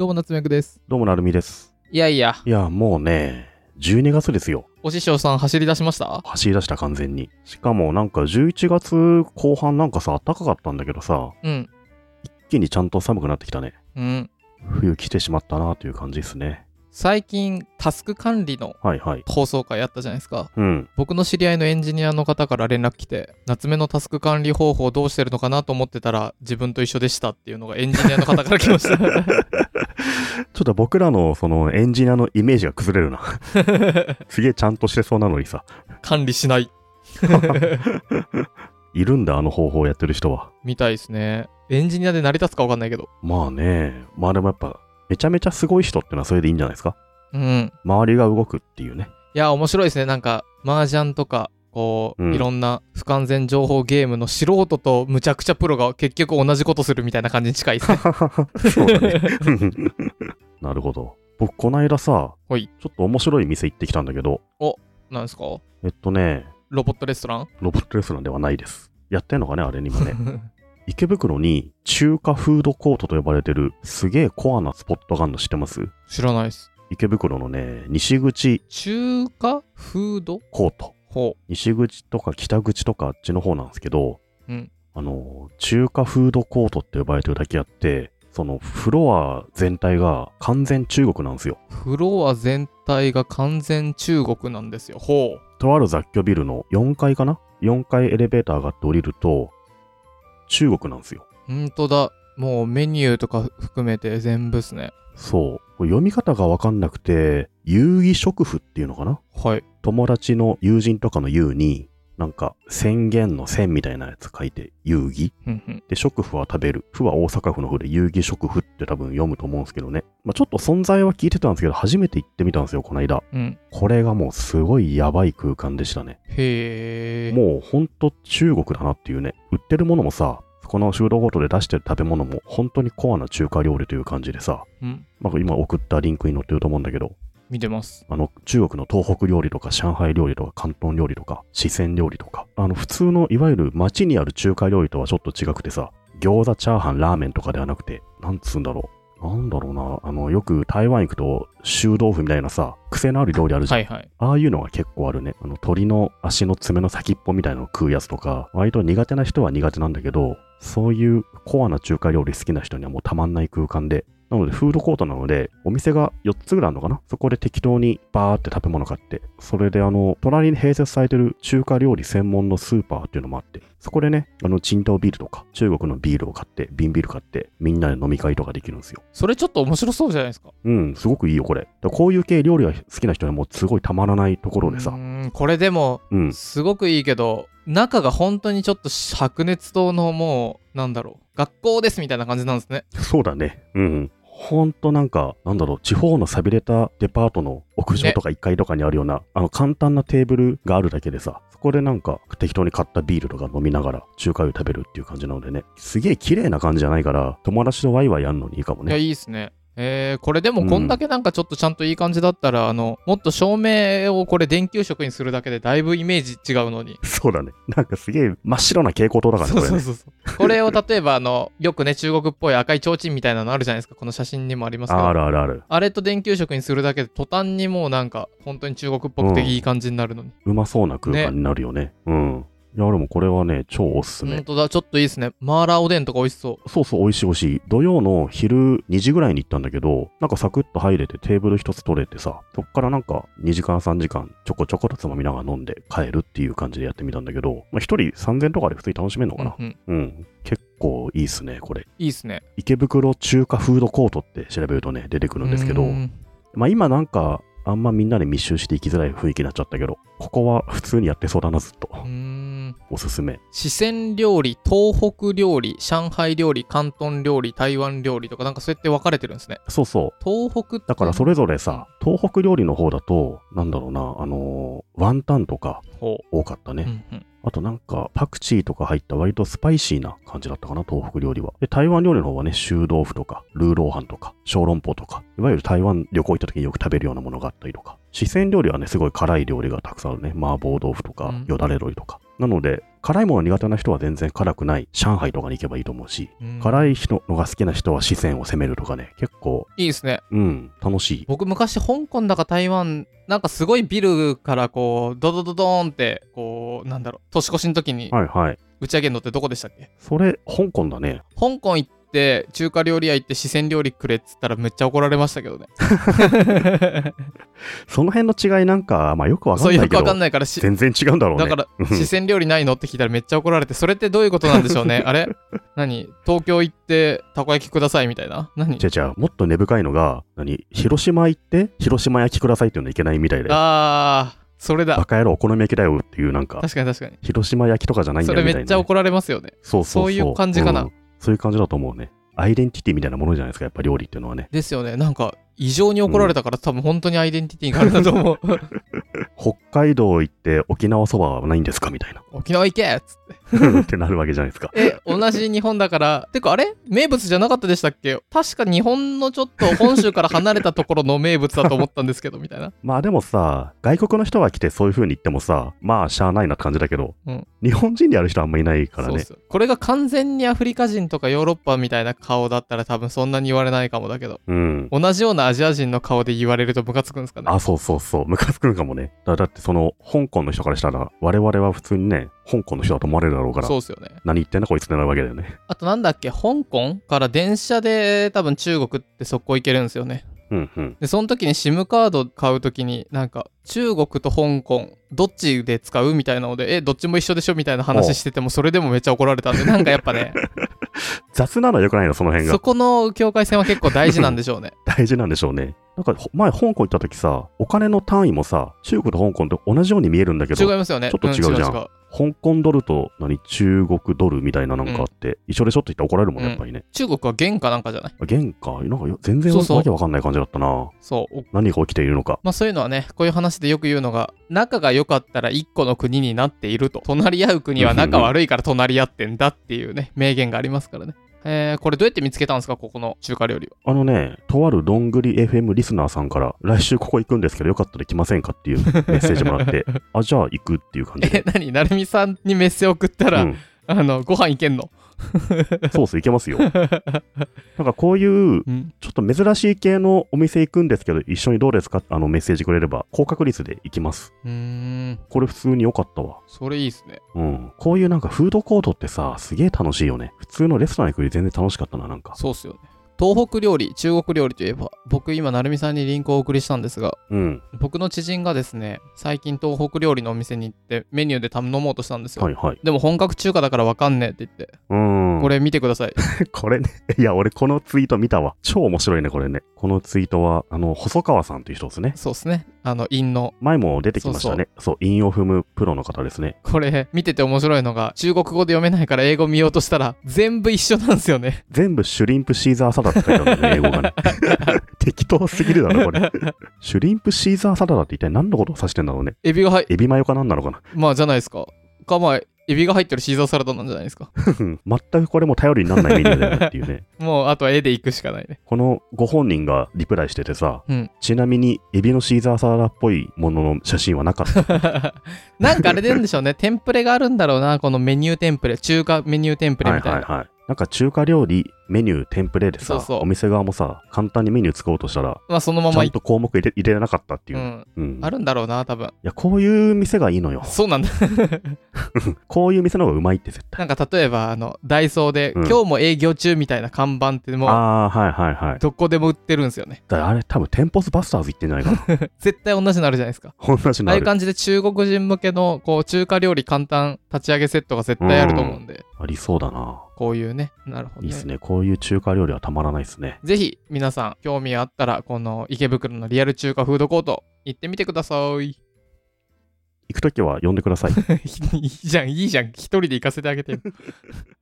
どうも夏目くです。 どうもなるみです。 いやもうね、12月ですよ。 お師匠さん走り出しました？ 走り出した完全に。しかもなんか11月後半なんかさ、暖かかったんだけどさ、一気にちゃんと寒くなってきたね。冬来てしまったなという感じですね。 最近タスク管理の放送会やったじゃないですか。僕の知り合いのエンジニアの方から連絡来て、夏目のタスク管理方法どうしてるのかなと思ってたら自分と一緒でしたっていうのがエンジニアの方から来ましたちょっと僕らのそのエンジニアのイメージが崩れるなすげえちゃんとしてそうなのにさ、 管理しないいるんだ、あの方法をやってる人は。 みたいですね。エンジニアで成り立つか分かんないけど。 まあね、まあでもやっぱめちゃめちゃすごい人ってのはそれでいいんじゃないですか。周りが動くっていうね。 いや面白いですね。なんか麻雀とかこう、いろんな不完全情報ゲームの素人とむちゃくちゃプロが結局同じことするみたいな感じに近いですねそうだねなるほど。僕こないださ、ちょっと面白い店行ってきたんだけど。 なんですか？ ロボットレストラン？ ロボットレストランではないです。やってんのかね、あれにもね池袋に中華フードコートと呼ばれてるすげえコアなスポットがあるの知ってます？ 知らないです。 池袋のね、西口中華フードコート。西口とか北口とかあっちの方なんですけど、中華フードコートって呼ばれてるだけあって、そのフロア全体が完全中国なんですよ。 フロア全体が完全中国なんですよ。 とある雑居ビルの4階かな ?4 階エレベーター上がって降りると中国なんですよ。 ほんとだ。もうメニューとか含めて全部っすね。 そう。読み方がわかんなくて、遊戯食府っていうのかな？友達の友人とかの遊に、なんか宣言の宣みたいなやつ書いて遊戯で、食府は食べる。府は大阪府の府で遊戯食府って多分読むと思うんですけどね。ちょっと存在は聞いてたんですけど、初めて行ってみたんですよ、この間。これがもうすごいやばい空間でしたね。もうほんと中国だなっていうね。売ってるものもさ、このフードコートで出してる食べ物も本当にコアな中華料理という感じでさ、今送ったリンクに載ってると思うんだけど、 見てます。 中国の東北料理とか上海料理とか広東料理とか四川料理とか、普通のいわゆる街にある中華料理とはちょっと違くてさ、餃子、チャーハン、ラーメンとかではなくて、なんつうんだろう。なんだろうな、よく台湾行くと臭豆腐みたいなさ、癖のある料理あるじゃん。ああいうのが結構あるね。鳥の足の爪の先っぽみたいなのを食うやつとか、割と苦手な人は苦手なんだけど、そういうコアな中華料理好きな人にはもうたまんない空間で、なのでフードコートなのでお店が4つぐらいあるのかな。そこで適当にバーって食べ物買って、それで隣に併設されてる中華料理専門のスーパーっていうのもあって、そこでね、青島ビールとか中国のビールを買って、瓶ビール買ってみんなで飲み会とかできるんですよ。 それちょっと面白そうじゃないですか。 すごくいいよこれ。こういう系料理が好きな人にはもうすごいたまらないところでさ。 これでも、すごくいいけど、中が本当にちょっと白熱灯のもうなんだろう、学校ですみたいな感じなんですね。 そうだね。ほんとなんか、なんだろう、地方の寂れたデパートの屋上とか1階とかにあるような、簡単なテーブルがあるだけでさ、そこでなんか適当に買ったビールとか飲みながら中華を食べるっていう感じなのでね、すげえ綺麗な感じじゃないから、友達とワイワイやるのにいいかもね。 いや、いいっすね。これでもこんだけなんかちょっとちゃんといい感じだったら、もっと照明をこれ電球色にするだけでだいぶイメージ違うのに。 そうだね。なんかすげえ真っ白な蛍光灯だからね。 そう。これを例えばよくね、中国っぽい赤い提灯みたいなのあるじゃないですか。この写真にもありますけど。 ある。 あれと電球色にするだけで途端にもうなんか本当に中国っぽくていい感じになるのに。 うまそうな空間になるよね。いや、でもこれはね、超おすすめ。 ほんとだ、ちょっといいですね。マーラーおでんとか美味しそう。 そう、美味しい。土曜の昼2時ぐらいに行ったんだけど、なんかサクッと入れてテーブル一つ取れてさ、そっからなんか2時間3時間ちょこちょことつまみながら飲んで帰るっていう感じでやってみたんだけど、1人3000とかで普通に楽しめるのかな。結構いいっすね、これ。 いいっすね。 池袋中華フードコートって調べるとね、出てくるんですけど、今なんか、あんまみんなで密集して行きづらい雰囲気になっちゃったけど、ここは普通にやってそうだな、ずっと。おすすめ。 四川料理、東北料理、上海料理、広東料理、台湾料理とかなんかそうやって分かれてるんですね。 そう。 東北ってだからそれぞれさ、東北料理の方だと、なんだろうな、ワンタンとか多かったね。あとなんかパクチーとか入った割とスパイシーな感じだったかな、東北料理は。で、台湾料理の方はね、臭豆腐とか、ルーローハンとか、小籠包とか、いわゆる台湾旅行行った時によく食べるようなものがあったりとか。四川料理はね、すごい辛い料理がたくさんあるね。麻婆豆腐とか、よだれ鶏とか。なので、 辛いもの苦手な人は全然辛くない上海とかに行けばいいと思うし、辛いのが好きな人は四川を攻めるとかね、結構いいですね。 楽しい。 僕昔香港だか台湾、なんかすごいビルからこうドドドドーンってこうなんだろう、年越しの時に打ち上げるのってどこでしたっけ？ それ香港だね。 香港行って中華料理屋行って四川料理くれっつったらめっちゃ怒られましたけどね。 その辺の違いなんかよくわかんないけど、 そうよくわかんないから全然違うんだろうね。 だから四川料理ないのって聞いたらめっちゃ怒られて、それってどういうことなんでしょうね。あれ東京行ってたこ焼きくださいみたいな。 違うもっと根深いのが広島行って広島焼きくださいっていうのいけないみたいで。 それだ。 バカ野郎お好み焼きだよっていう確かに広島焼きとかじゃないんだよみたいな、 それめっちゃ怒られますよね。そういう感じかな、 そういう感じだと思うね。アイデンティティみたいなものじゃないですか、やっぱ料理っていうのはね。 ですよね。なんか異常に怒られたから、多分本当にアイデンティティがあるんだと思う。 北海道行って沖縄そばはないんですかみたいな。 沖縄行けっつってってなるわけじゃないですか。 同じ日本だから。てかあれ名物じゃなかったでしたっけ？確か日本のちょっと本州から離れたところの名物だと思ったんですけどみたいな。 まあでもさ、外国の人が来てそういう風に言ってもさ、まあしゃあないなって感じだけど、日本人でやる人はあんまいないからね。 そうこれが完全にアフリカ人とかヨーロッパみたいな顔だったら多分そんなに言われないかもだけど、同じようなアジア人の顔で言われるとムカつくんですかね。 そうムカつくんかもね。だってその香港の人からしたら我々は普通にね、香港の人だと思われるだろうから。 そうっすよね。 何言ってんだこいつってなるわけだよね。 あとなんだっけ、香港から電車で多分中国って速攻行けるんですよね。でその時に SIM カード買う時になんか中国と香港どっちで使うみたいなのでどっちも一緒でしょみたいな話しててもそれでもめっちゃ怒られたんで、なんかやっぱね雑なのは良くないの、その辺が。 そこの境界線は結構大事なんでしょうね。 大事なんでしょうね。なんか前香港行った時さ、お金の単位もさ、中国と香港と同じように見えるんだけど、 違いますよね。 ちょっと違うじゃん。香港ドルと中国ドルみたいななんかあって、一緒でしょって言って怒られるもんね、やっぱりね。 中国は元かなんかじゃない？ 元かなんか全然わけわかんない感じだったな。何が起きているのか。 まあそういうのはね、こういう話でよく言うのが、仲が良かったら一個の国になっていると。隣り合う国は仲悪いから隣り合ってんだっていうね、名言がありますからね。これどうやって見つけたんですか、ここの中華料理は。 とあるどんぐり FM リスナーさんから来週ここ行くんですけどよかったら来ませんかっていうメッセージもらってじゃあ行くっていう感じで。 何なるみさんにメッセージ送ったら、ご飯行けんの？ そうっす、行けますよ。なんかこういうちょっと珍しい系のお店行くんですけど一緒にどうですかメッセージくれれば高確率で行きます。これ普通に良かったわ。 それいいっすね。 こういうなんかフードコートってさ、すげえ楽しいよね。普通のレストラン行くより全然楽しかったな、なんか。 そうっすよね。東北料理、中国料理といえば、僕今、成美さんにリンクをお送りしたんですが、僕の知人がですね、最近東北料理のお店に行ってメニューで頼もうとしたんですよ。でも本格中華だからわかんねえって言って。これ見てください。 これね、いや、俺このツイート見たわ。超面白いね、これね。このツイートは、細川さんという人ですね。 そうですね。韻の。 前も出てきましたね。そう、韻を踏むプロの方ですね。 これ、見てて面白いのが、中国語で読めないから英語見ようとしたら、全部一緒なんですよね。 全部シュリンプシーザーサラダって書いてあるんだね、英語がね。適当すぎるだろ、これ。シュリンプシーザーサラダって一体何のことを指してんだろうね。エビマヨかなんなのかな。 まあ、じゃないですか。エビが入ってるシーザーサラダなんじゃないですか。 全くこれも頼りにならないメニューだよねっていうね。 もうあとは絵で行くしかないね。 このご本人がリプライしててさ、ちなみにエビのシーザーサラダっぽいものの写真はなかった。 なんかあれで言うんでしょうね。テンプレがあるんだろうな、このメニューテンプレ、中華メニューテンプレみたいな。 なんか中華料理メニューテンプレでさ、お店側もさ簡単にメニュー作ろうとしたら、 そのままちゃんと項目入れなかったっていう、 あるんだろうな多分。いや、こういう店がいいのよ。 そうなんだ。 こういう店の方がうまいって絶対。 なんか例えばダイソーで、今日も営業中みたいな看板ってもうどこでも売ってるんですよね。 あれ多分テンポスバスターズ行ってんじゃないかな。 絶対同じになるじゃないですか。 同じになる。 ああいう感じで中国人向けのこう中華料理簡単立ち上げセットが絶対あると思うんで。 ありそうだな。 こういうね。なるほど、ね。 いいっすね。こういう中華料理はたまらないですね。 ぜひ皆さん興味あったらこの池袋のリアル中華フードコート行ってみてください。 行くときは呼んでください。 いいじゃん。一人で行かせてあげてよ。